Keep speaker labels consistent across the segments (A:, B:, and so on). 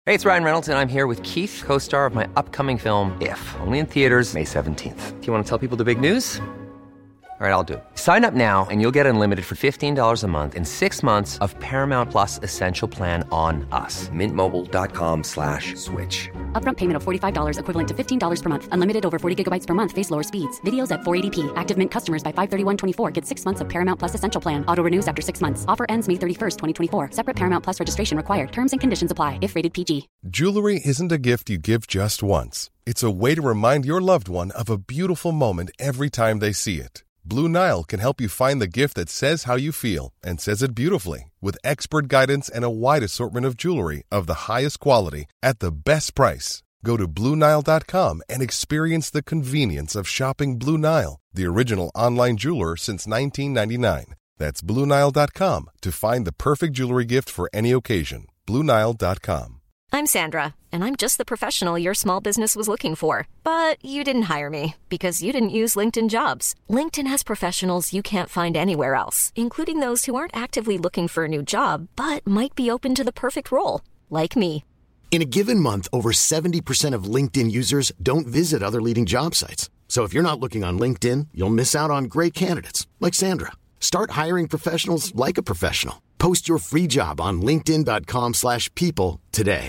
A: Hey, it's Ryan Reynolds, and I'm here with Keith, co-star of my upcoming film, If, only in theaters May 17th. Do you want to tell people the big news? All right, I'll do it. Sign up now and you'll get unlimited for $15 a month and 6 months of Paramount Plus Essential Plan on us. Mintmobile.com/switch.
B: Upfront payment of $45 equivalent to $15 per month. Unlimited over 40 gigabytes per month. Face lower speeds. Videos at 480p. Active Mint customers by 531.24 get 6 months of Paramount Plus Essential Plan. Auto renews after 6 months. Offer ends May 31st, 2024. Separate Paramount Plus registration required. Terms and conditions apply if rated PG.
C: Jewelry isn't a gift you give just once. It's a way to remind your loved one of a beautiful moment every time they see it. Blue Nile can help you find the gift that says how you feel and says it beautifully, with expert guidance and a wide assortment of jewelry of the highest quality at the best price. Go to BlueNile.com and experience the convenience of shopping Blue Nile, the original online jeweler since 1999. That's BlueNile.com to find the perfect jewelry gift for any occasion. BlueNile.com.
D: I'm Sandra, and I'm just the professional your small business was looking for. But you didn't hire me because you didn't use LinkedIn Jobs. LinkedIn has professionals you can't find anywhere else, including those who aren't actively looking for a new job, but might be open to the perfect role, like me.
E: In a given month, over 70% of LinkedIn users don't visit other leading job sites. So if you're not looking on LinkedIn, you'll miss out on great candidates like Sandra. Start hiring professionals like a professional. Post your free job on linkedin.com/people today.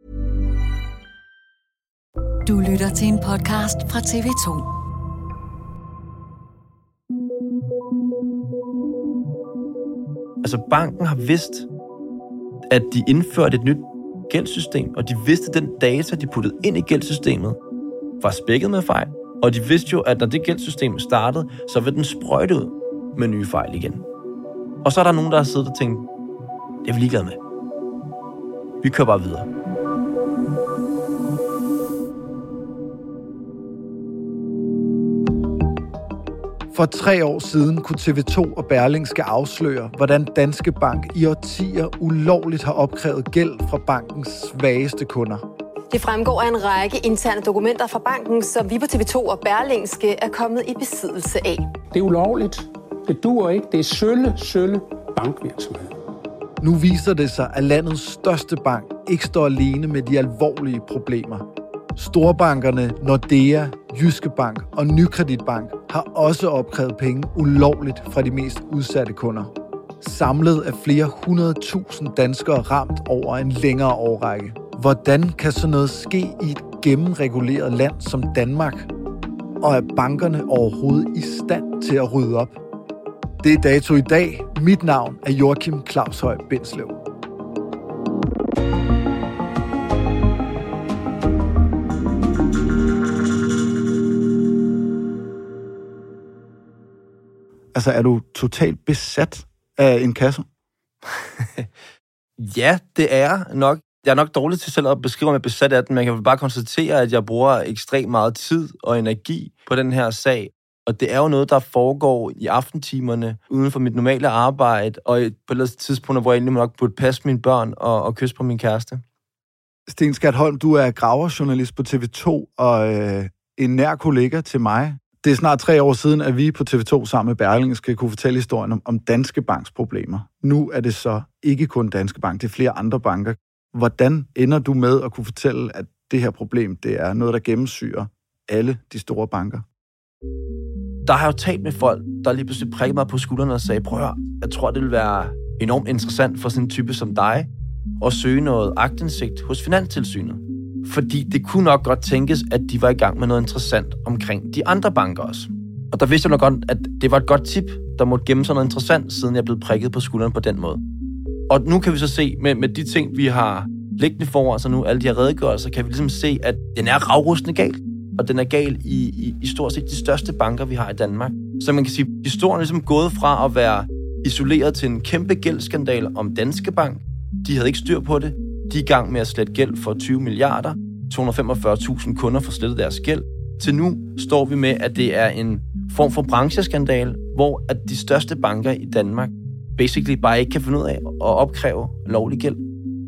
F: Du lytter til en podcast fra TV2.
G: Altså banken har vidst, at de indførte et nyt gældssystem, og de vidste, at den data, de puttede ind i gældssystemet, var spækket med fejl. Og de vidste jo, at når det gældssystem startede, så ville den sprøjte ud med nye fejl igen. Og så er der nogen, der har siddet og tænkt, det er vi ligeglade med. Vi kører bare videre.
H: For 3 år siden kunne TV2 og Berlingske afsløre, hvordan Danske Bank i årtier ulovligt har opkrævet gæld fra bankens svageste kunder.
I: Det fremgår af en række interne dokumenter fra banken, som vi på TV2 og Berlingske er kommet i besiddelse af.
J: Det er ulovligt. Det duer ikke. Det er sølle bankvirksomhed.
H: Nu viser det sig, at landets største bank ikke står alene med de alvorlige problemer. Storbankerne Nordea, Jyske Bank og Nykreditbank har også opkrævet penge ulovligt fra de mest udsatte kunder. Samlet er flere 100.000 danskere ramt over en længere årrække. Hvordan kan sådan noget ske i et gennemreguleret land som Danmark? Og er bankerne overhovedet i stand til at rydde op? Det er Dato i dag. Mit navn er Joachim Claushøj Bindslev. Altså, er du totalt besat af inkasso?
G: Ja, det er nok. Jeg er nok dårlig til selv at beskrive, om jeg er besat af den, men jeg kan bare konstatere, at jeg bruger ekstremt meget tid og energi på den her sag. Og det er jo noget, der foregår i aftentimerne uden for mit normale arbejde, og på et tidspunkt, hvor jeg egentlig nok burde passe mine børn og kysse på min kæreste.
H: Sten Skatholm, du er graverjournalist på TV2 og en nær kollega til mig. Det er snart 3 år siden, at vi på TV2 sammen med Berlingske kunne fortælle historien om Danske Banks problemer. Nu er det så ikke kun Danske Bank, det er flere andre banker. Hvordan ender du med at kunne fortælle, at det her problem, det er noget, der gennemsyrer alle de store banker?
G: Der har jeg jo talt med folk, der lige pludselig prikkede mig på skuldrene og sagde, prøv at høre, jeg tror, det vil være enormt interessant for sådan en type som dig at søge noget aktindsigt hos Finanstilsynet. Fordi det kunne nok godt tænkes, at de var i gang med noget interessant omkring de andre banker også. Og der vidste jeg nok godt, at det var et godt tip, der måtte gemme sig noget interessant, siden jeg blev prikket på skulderen på den måde. Og nu kan vi så se, med de ting, vi har liggende for os, og nu alle de her redegørelser, kan vi ligesom se, at den er ravrustende galt. Og den er gal i stort set de største banker, vi har i Danmark. Så man kan sige, at historien er ligesom gået fra at være isoleret til en kæmpe gældsskandal om Danske Bank. De havde ikke styr på det. De er i gang med at slette gæld for 20 milliarder. 245.000 kunder får slettet deres gæld. Til nu står vi med, at det er en form for brancheskandal, hvor at de største banker i Danmark basically bare ikke kan finde ud af at opkræve lovlig gæld.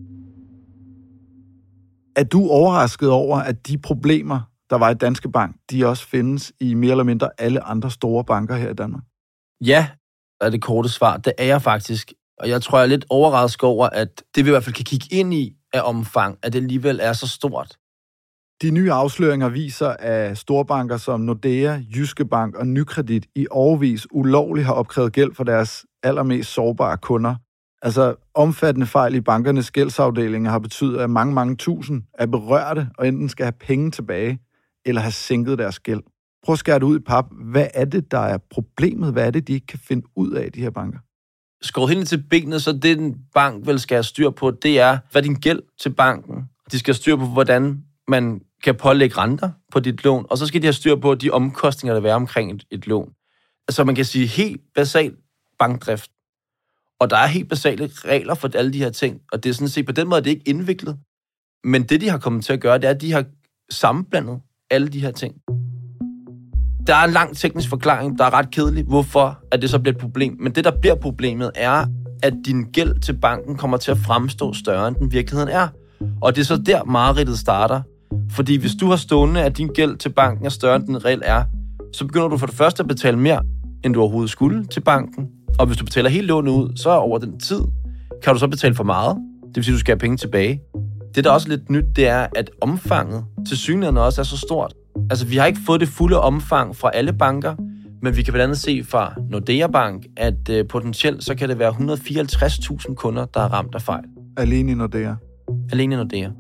H: Er du overrasket over, at de problemer, der var i Danske Bank, de også findes i mere eller mindre alle andre store banker her i Danmark?
G: Ja, er det korte svar. Det er jeg faktisk. Og jeg tror, jeg er lidt overrasket over, at det vi i hvert fald kan kigge ind i, af omfang, at det alligevel er så stort.
H: De nye afsløringer viser, at storbanker som Nordea, Jyske Bank og Nykredit i årevis ulovligt har opkrævet gæld for deres allermest sårbare kunder. Altså omfattende fejl i bankernes gældsafdelinger har betydet, at mange tusind er berørte og enten skal have penge tilbage eller have sænket deres gæld. Prøv at skære det ud i pap. Hvad er det, der er problemet? Hvad er det, de ikke kan finde ud af, de her banker?
G: Skåret hen til benet, så det en bank vel skal have styr på, det er, hvad din gæld til banken. De skal have styr på, hvordan man kan pålægge renter på dit lån, og så skal de have styr på de omkostninger, der er omkring et lån. Altså man kan sige helt basalt bankdrift. Og der er helt basale regler for alle de her ting, og det er sådan set på den måde, det er ikke indviklet. Men det, de har kommet til at gøre, det er, at de har sammenblandet alle de her ting. Der er en lang teknisk forklaring, der er ret kedelig, hvorfor at det så bliver et problem. Men det, der bliver problemet, er, at din gæld til banken kommer til at fremstå større, end den virkeligheden er. Og det er så der, mareridtet starter. Fordi hvis du har stående, at din gæld til banken er større, end den reelt er, så begynder du for det første at betale mere, end du overhovedet skulle til banken. Og hvis du betaler helt lånet ud, så over den tid, kan du så betale for meget. Det vil sige, at du skal have penge tilbage. Det, der er også lidt nyt, det er, at omfanget til synligheden også er så stort. Altså, vi har ikke fået det fulde omfang fra alle banker, men vi kan blandt andet se fra Nordea Bank, at potentielt så kan det være 154.000 kunder, der er ramt af fejl.
H: Alene i Nordea?
G: Alene i Nordea.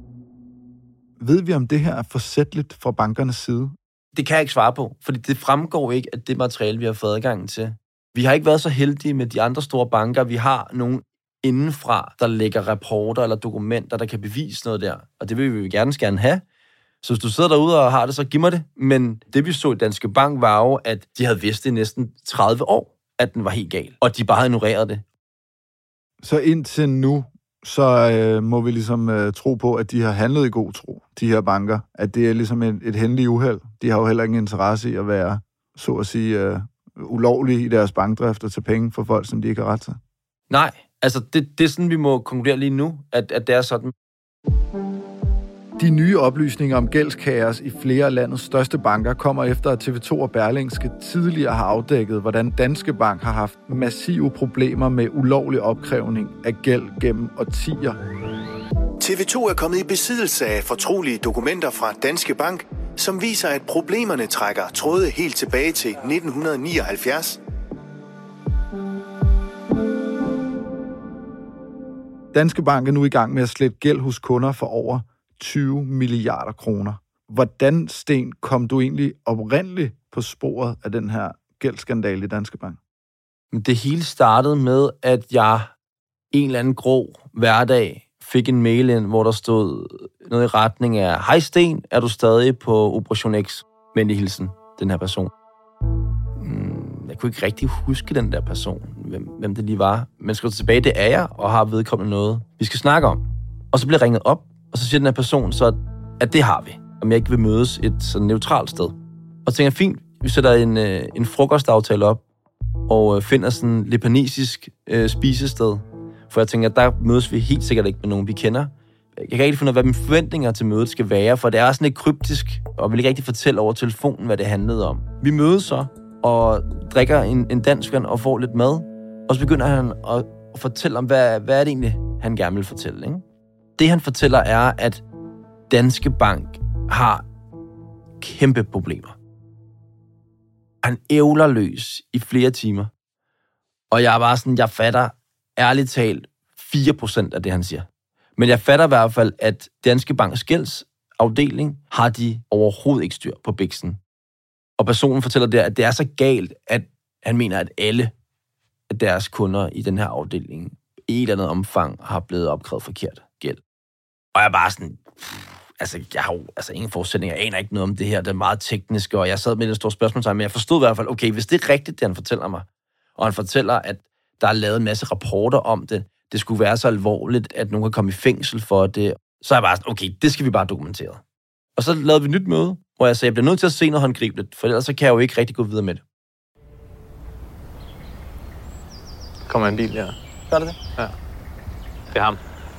H: Ved vi, om det her er forsætligt fra bankernes side?
G: Det kan jeg ikke svare på, fordi det fremgår ikke af det materiale, vi har fået adgang til. Vi har ikke været så heldige med de andre store banker. Vi har nogen indenfra, der lægger rapporter eller dokumenter, der kan bevise noget der. Og det vil vi gerne have. Så hvis du sidder derude og har det, så giv mig det. Men det vi så i Danske Bank var jo, at de havde vidst i næsten 30 år, at den var helt gal. Og de bare havde ignoreret det.
H: Så indtil nu, så må vi ligesom tro på, at de har handlet i god tro, de her banker. At det er ligesom et hændeligt uheld. De har jo heller ingen interesse i at være, så at sige, ulovlige i deres bankdrift og tage penge for folk, som de ikke har ret til.
G: Nej, altså det er sådan, vi må konkludere lige nu, at det er sådan.
H: De nye oplysninger om gældskaos i flere af landets største banker kommer efter, at TV2 og Berlingske tidligere har afdækket, hvordan Danske Bank har haft massive problemer med ulovlig opkrævning af gæld gennem årtier.
K: TV2 er kommet i besiddelse af fortrolige dokumenter fra Danske Bank, som viser, at problemerne trækker tråde helt tilbage til 1979.
H: Danske Bank er nu i gang med at slette gæld hos kunder for over 20 milliarder kroner. Hvordan, Sten, kom du egentlig oprindeligt på sporet af den her gældsskandale i Danske Bank?
G: Det hele startede med, at jeg en eller anden grå hverdag fik en mail ind, hvor der stod noget i retning af: Hej Sten, er du stadig på Operation X? Venlig hilsen, den her person. Jeg kunne ikke rigtig huske den der person, hvem det lige var. Men skal tilbage, det er jeg, og har vedkommende noget, vi skal snakke om. Og så bliver ringet op, og så siger den her person så, at det har vi, om jeg ikke vil mødes et sådan neutralt sted. Og tænker, fint, vi sætter en frokostaftale op, og finder sådan et libanesisk spisested. For jeg tænker, der mødes vi helt sikkert ikke med nogen, vi kender. Jeg kan ikke finde ud af, hvad mine forventninger til mødet skal være, for det er sådan lidt kryptisk, og vil ikke rigtig fortælle over telefonen, hvad det handlede om. Vi mødes så, og drikker en dansk vand og får lidt mad, og så begynder han at fortælle om, hvad er det egentlig, han gerne vil fortælle, ikke? Det, han fortæller, er, at Danske Bank har kæmpe problemer. Han ævler løs i flere timer. Og jeg er bare sådan, jeg fatter ærligt talt 4% af det, han siger. Men jeg fatter i hvert fald, at Danske Banks gældsafdeling har de overhovedet ikke styr på biksen. Og personen fortæller der, at det er så galt, at han mener, at alle af deres kunder i den her afdeling i et eller andet omfang har blevet opkrævet forkert gæld. Og jeg er bare sådan, jeg har jo ingen forudsætninger, jeg aner ikke noget om det her, det er meget teknisk, og jeg sad med en stor spørgsmålstegn, men jeg forstod i hvert fald, okay, hvis det er rigtigt, det han fortæller mig, og han fortæller, at der er lavet en masse rapporter om det, det skulle være så alvorligt, at nogen kan komme i fængsel for det, så er jeg bare sådan, okay, det skal vi bare dokumentere. Og så lavede vi et nyt møde, hvor jeg sagde, jeg bliver nødt til at se noget håndgribeligt, for ellers så kan jeg jo ikke rigtig gå videre med det.
L: Kommer en bil, ja.
G: Gør det?
L: Ja. Det er ham.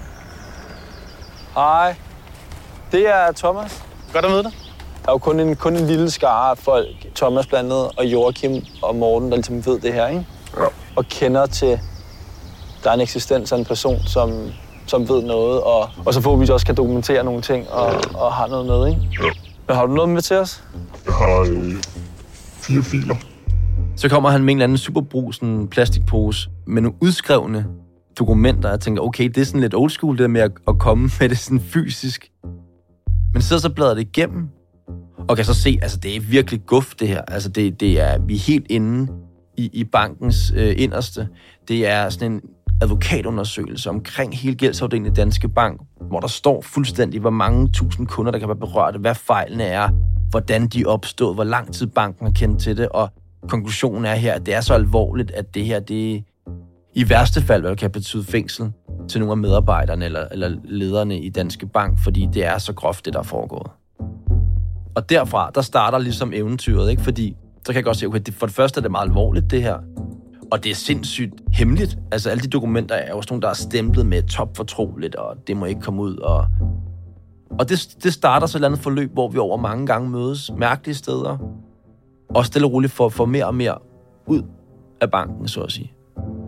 M: Hej, det er Thomas.
L: Godt at møde dig.
M: Der er jo kun en lille skare af folk, Thomas blandt andet, og Joachim og Morten, der ligesom ved det her, ikke? Ja. Og kender til, der er en eksistens af en person, som ved noget, og så forhåbentlig også kan dokumentere nogle ting og har noget med, ikke?
N: Ja.
M: Men har du noget med til os?
N: Jeg har 4 filer.
G: Så kommer han med en eller anden superbrusen plastikpose med nogle udskrevne dokumenter, og jeg tænker, okay, det er sådan lidt old school, det der med at komme med det sådan fysisk. Men så bladrer det igennem, og kan så se, altså det er virkelig guf, det her. Altså det er, vi er helt inde i bankens inderste. Det er sådan en advokatundersøgelse omkring hele gældsafdelingen i Danske Bank, hvor der står fuldstændig, hvor mange tusind kunder, der kan være berørt, hvad fejlene er, hvordan de er opstået, hvor lang tid banken har kendt til det, og konklusionen er her, at det er så alvorligt, at det her, det i værste fald, hvad det kan betyde fængsel til nogle af medarbejderne eller lederne i Danske Bank, fordi det er så groft, det der er foregået. Og derfra, der starter ligesom eventyret, ikke? Fordi så kan jeg godt se, okay, for det første er det meget alvorligt, det her. Og det er sindssygt hemmeligt. Altså, alle de dokumenter er jo sådan nogle, der er stemplet med topfortroligt, og det må ikke komme ud. Og det starter så et eller andet forløb, hvor vi over mange gange mødes mærkelige steder, og stille og roligt for mere og mere ud af banken, så at sige.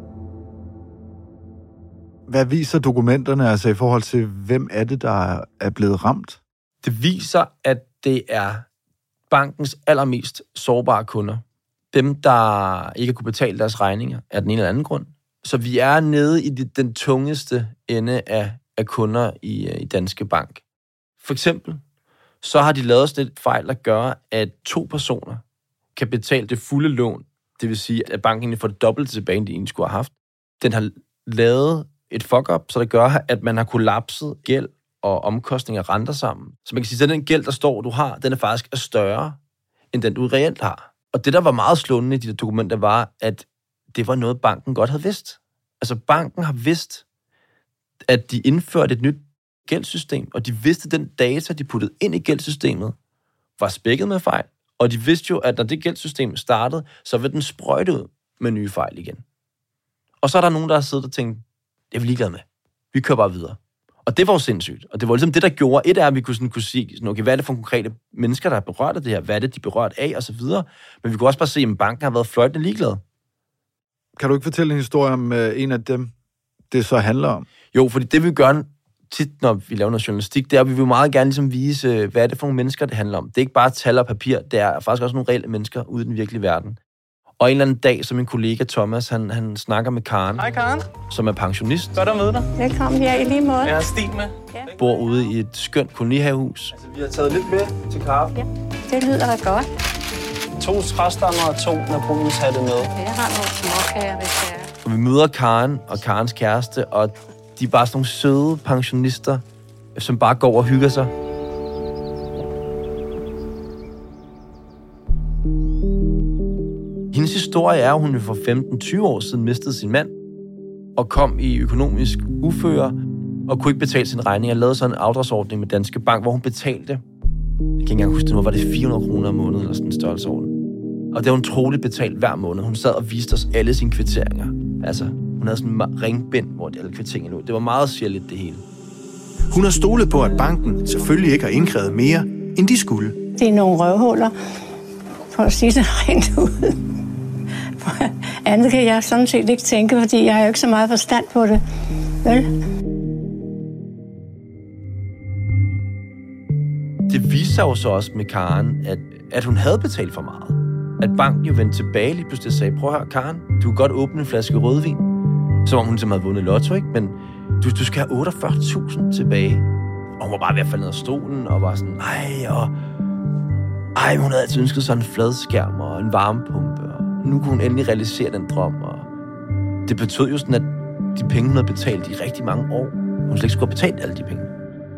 H: Hvad viser dokumenterne, altså i forhold til, hvem er det, der er blevet ramt?
G: Det viser, at det er bankens allermest sårbare kunder. Dem, der ikke kunne betale deres regninger af den ene eller anden grund. Så vi er nede i den tungeste ende af kunder i Danske Bank. For eksempel, så har de lavet sådan et fejl, der gør, at 2 personer kan betale det fulde lån. Det vil sige, at banken får det dobbelt tilbage, end de egentlig skulle have haft. Den har lavet et fuck-up, så det gør, at man har kollapset gæld og omkostninger renter sammen. Så man kan sige, at den gæld, der står, du har, den er faktisk større, end den du reelt har. Og det, der var meget slående i de der dokumenter, var, at det var noget, banken godt havde vidst. Altså, banken har vidst, at de indførte et nyt gældssystem, og de vidste, at den data, de puttede ind i gældssystemet, var spækket med fejl. Og de vidste jo, at når det gældssystem startede, så ville den sprøjte ud med nye fejl igen. Og så er der nogen, der har siddet og tænkt, det er vi ligeglade med. Vi kører bare videre. Og det var jo sindssygt. Og det var ligesom det, der gjorde, et er, at vi kunne sige, okay, hvad er det for konkrete mennesker, der har berørt af det her? Hvad er det, de er berørt af, og så videre. Men vi kunne også bare se, at banken har været fløjtende ligeglad.
H: Kan du ikke fortælle en historie om en af dem, det så handler om?
G: Jo, fordi det vi gør tit, når vi laver noget journalistik, det er, at vi vil meget gerne ligesom vise, hvad er det for nogle mennesker, det handler om. Det er ikke bare tal og papir, det er faktisk også nogle reelle mennesker ude i den virkelige verden. Og en eller anden dag, så min kollega Thomas, han snakker med Karen.
L: Hej Karen.
G: Som er pensionist.
L: Godt at møde dig.
O: Velkommen her i lige måde.
L: Jeg har Stig med.
O: Ja.
G: Bor ude i et skønt kolonihavehus.
M: Altså, vi har taget lidt med til kaffe.
O: Ja, det lyder da godt.
M: 2 træstammer og 2 napoleonshatte med.
O: Jeg har nogle småkager, hvis jeg er.
G: Og vi møder Karen og Karens kæreste, og de er bare sådan nogle søde pensionister, som bare går og hygger sig. Hendes historie er, at hun for 15-20 år siden mistede sin mand og kom i økonomisk uføre og kunne ikke betale sin regning. Jeg lavede sådan en afdragsordning med Danske Bank, hvor hun betalte, jeg kan ikke engang huske det, var det 400 kroner om måneden eller sådan en størrelsesorden. Og det var hun troligt betalt hver måned. Hun sad og viste os alle sine kvitteringer. Altså, hun havde sådan en ringbind, hvor de alle kvitteringer lå. Det var meget sjældent det hele.
K: Hun har stolet på, at banken selvfølgelig ikke har indkrævet mere, end de skulle.
O: Det er nogle røvhuller, for at sige det rent ud. Andet kan jeg sådan set ikke tænke, fordi jeg har jo ikke så meget forstand på det. Vel?
G: Det viste sig jo så også med Karen, at hun havde betalt for meget. At banken jo vendte tilbage lige pludselig og sagde, prøv at høre, Karen, du kan godt åbne en flaske rødvin. Som om hun simpelthen havde vundet lotto, ikke? Men du skal have 48.000 tilbage. Og hun var bare ved at falde ned af stolen og var sådan, hun havde altid ønsket sådan en fladskærm og en varmepumpe. Og nu kunne hun endelig realisere den drøm. Og det betød jo sådan, at de penge, hun havde betalt i rigtig mange år, hun slet ikke skulle have betalt alle de penge.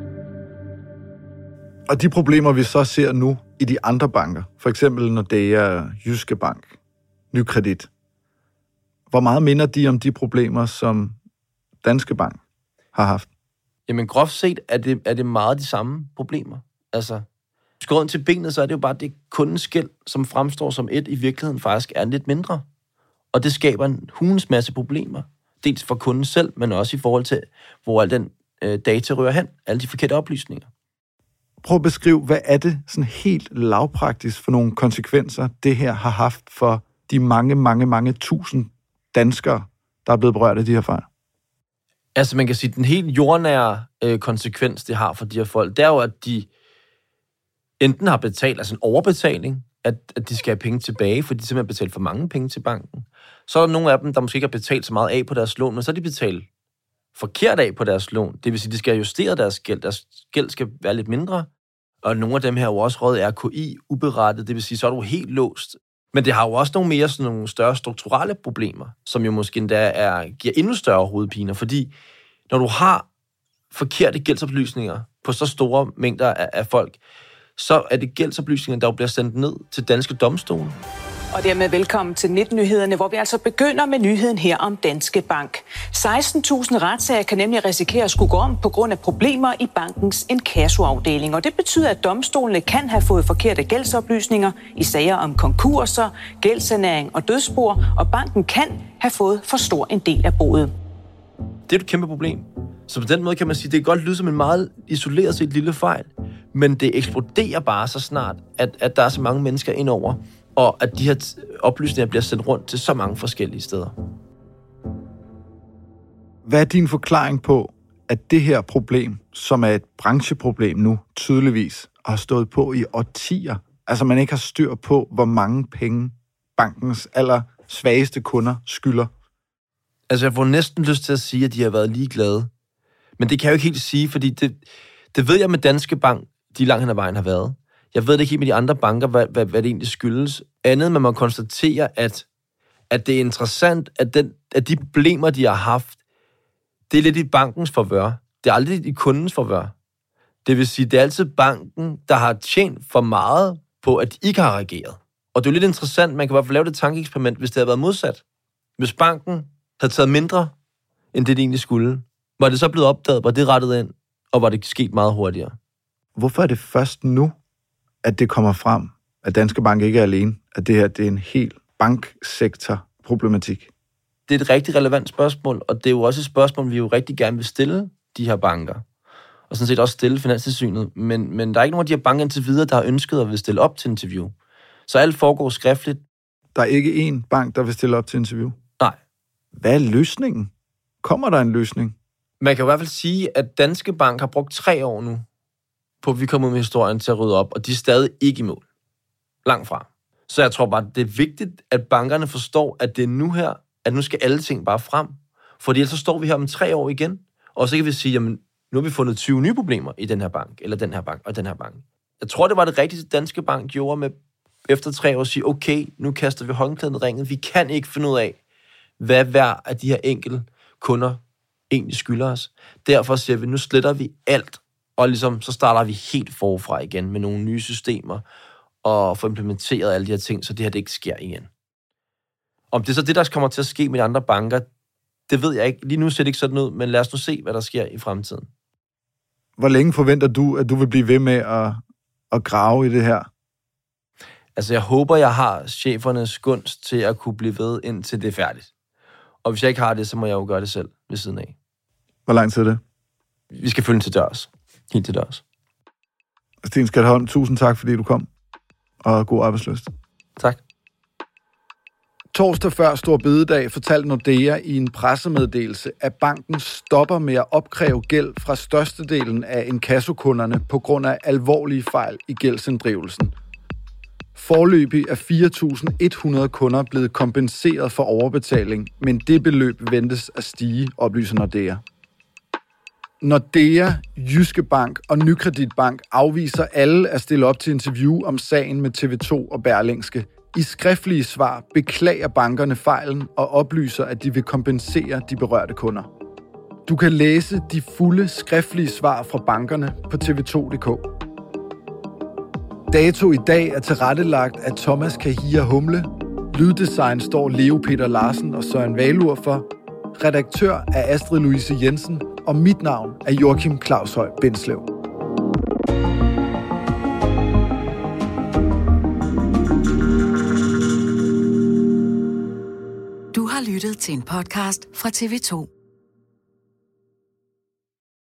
H: Og de problemer, vi så ser nu i de andre banker, for eksempel når det er Jyske Bank, Nykredit, hvor meget minder de om de problemer, som Danske Bank har haft?
G: Jamen groft set er det meget de samme problemer. Altså, skåret til benet, så er det jo bare det kundens gæld, som fremstår som et, i virkeligheden faktisk er lidt mindre. Og det skaber en hulens masse problemer. Dels for kunden selv, men også i forhold til, hvor al den data rører hen. Alle de forkerte oplysninger.
H: Prøv at beskrive, hvad er det sådan helt lavpraktisk for nogle konsekvenser, det her har haft for de mange tusind danskere, der er blevet berørt af de her fejl?
G: Altså, man kan sige, at den helt jordnære konsekvens, det har for de her folk, det er jo, at de enten har betalt, altså en overbetaling, at de skal have penge tilbage, fordi de simpelthen har betalt for mange penge til banken. Så er der nogle af dem, der måske ikke har betalt så meget af på deres lån, men så har de betalt forkert af på deres lån. Det vil sige, at de skal justere deres gæld. Deres gæld skal være lidt mindre. Og nogle af dem her er jo også røget RKI uberettet. Det vil sige, så er du helt låst. Men det har jo også nogle større strukturelle problemer, som jo måske endda giver endnu større hovedpiner. Fordi når du har forkerte gældsoplysninger på så store mængder af folk, så er det gældsoplysninger, der bliver sendt ned til danske domstole.
P: Og dermed velkommen til 19-nyhederne, hvor vi altså begynder med nyheden her om Danske Bank. 16.000 retssager kan nemlig risikere at skulle gå om på grund af problemer i bankens inkassoafdeling. Og det betyder, at domstolene kan have fået forkerte gældsoplysninger i sager om konkurser, gældssanering og dødsboer, og banken kan have fået for stor en del af boet.
G: Det er et kæmpe problem. Så på den måde kan man sige, at det kan godt lyde som en meget isoleret set lille fejl, men det eksploderer bare så snart, at der er så mange mennesker indover, og at de her oplysninger bliver sendt rundt til så mange forskellige steder.
H: Hvad er din forklaring på, at det her problem, som er et brancheproblem nu, tydeligvis har stået på i årtier, altså man ikke har styr på, hvor mange penge bankens allersvageste kunder skylder?
G: Altså jeg får næsten lyst til at sige, at de har været ligeglade. Men det kan jeg jo ikke helt sige, fordi det ved jeg med Danske Bank, de langt hen ad vejen har været. Jeg ved det ikke helt med de andre banker, hvad det egentlig skyldes. Andet, man må konstatere, at det er interessant, at de problemer, de har haft, det er lidt i bankens favør. Det er aldrig i kundens favør. Det vil sige, det er altid banken, der har tjent for meget på, at de ikke har reageret. Og det er jo lidt interessant, man kan i hvert fald lave det tankeeksperiment, hvis det havde været modsat. Hvis banken havde taget mindre, end det egentlig skulle, var det så blevet opdaget, var det rettet ind, og var det sket meget hurtigere?
H: Hvorfor er det først nu, at det kommer frem, at Danske Bank ikke er alene, at det her det er en helt banksektorproblematik?
G: Det er et rigtig relevant spørgsmål, og det er jo også et spørgsmål, vi jo rigtig gerne vil stille de her banker. Og sådan set også stille Finanstilsynet. Men der er ikke nogen af de her banker indtil videre, der har ønsket at vil stille op til interview. Så alt foregår skriftligt.
H: Der er ikke én bank, der vil stille op til interview?
G: Nej.
H: Hvad er løsningen? Kommer der en løsning?
G: Man kan i hvert fald sige, at Danske Bank har brugt 3 år nu, på at vi kommer ud med historien til at rydde op, og de er stadig ikke i mål. Langt fra. Så jeg tror bare, det er vigtigt, at bankerne forstår, at det er nu her, at nu skal alle ting bare frem. Fordi ellers så står vi her om 3 år igen, og så kan vi sige, jamen, nu har vi fundet 20 nye problemer i den her bank, eller den her bank, og den her bank. Jeg tror, det var det rigtige, Danske Bank gjorde med, efter 3 år, at sige, okay, nu kaster vi håndklæden i ringen. Vi kan ikke finde ud af, hvad hver af de her enkelte kunder egentlig skylder os. Derfor siger vi, nu sletter vi alt, og ligesom, så starter vi helt forfra igen med nogle nye systemer, og får implementeret alle de her ting, så det her det ikke sker igen. Om det er så det, der kommer til at ske med de andre banker, det ved jeg ikke. Lige nu ser det ikke sådan ud, men lad os nu se, hvad der sker i fremtiden.
H: Hvor længe forventer du, at du vil blive ved med at grave i det her?
G: Altså, jeg håber, jeg har chefernes gunst til at kunne blive ved, indtil det er færdigt. Og hvis jeg ikke har det, så må jeg jo gøre det selv ved siden af.
H: Hvor lang tid er det?
G: Vi skal følge til dørs. Helt til dørs.
H: Sten Skatholm, tusind tak, fordi du kom. Og god arbejdslyst.
G: Tak.
H: Torsdag før Stor Bededag fortalte Nordea i en pressemeddelelse, at banken stopper med at opkræve gæld fra størstedelen af inkassokunderne på grund af alvorlige fejl i gældsinddrivelsen. Foreløbig er 4.100 kunder blevet kompenseret for overbetaling, men det beløb ventes at stige, oplyser Nordea. Nordea, Jyske Bank og Nykreditbank afviser alle at stille op til interview om sagen med TV2 og Berlingske. I skriftlige svar beklager bankerne fejlen og oplyser, at de vil kompensere de berørte kunder. Du kan læse de fulde skriftlige svar fra bankerne på tv2.dk. Dato i dag er tilrettelagt af Thomas Kahia Humle. Lyddesign står Leo Peter Larsen og Søren Valur for. Redaktør er Astrid Louise Jensen, og mit navn er Joachim Claushøj Bindslev.
F: Du har lyttet til en podcast fra TV2.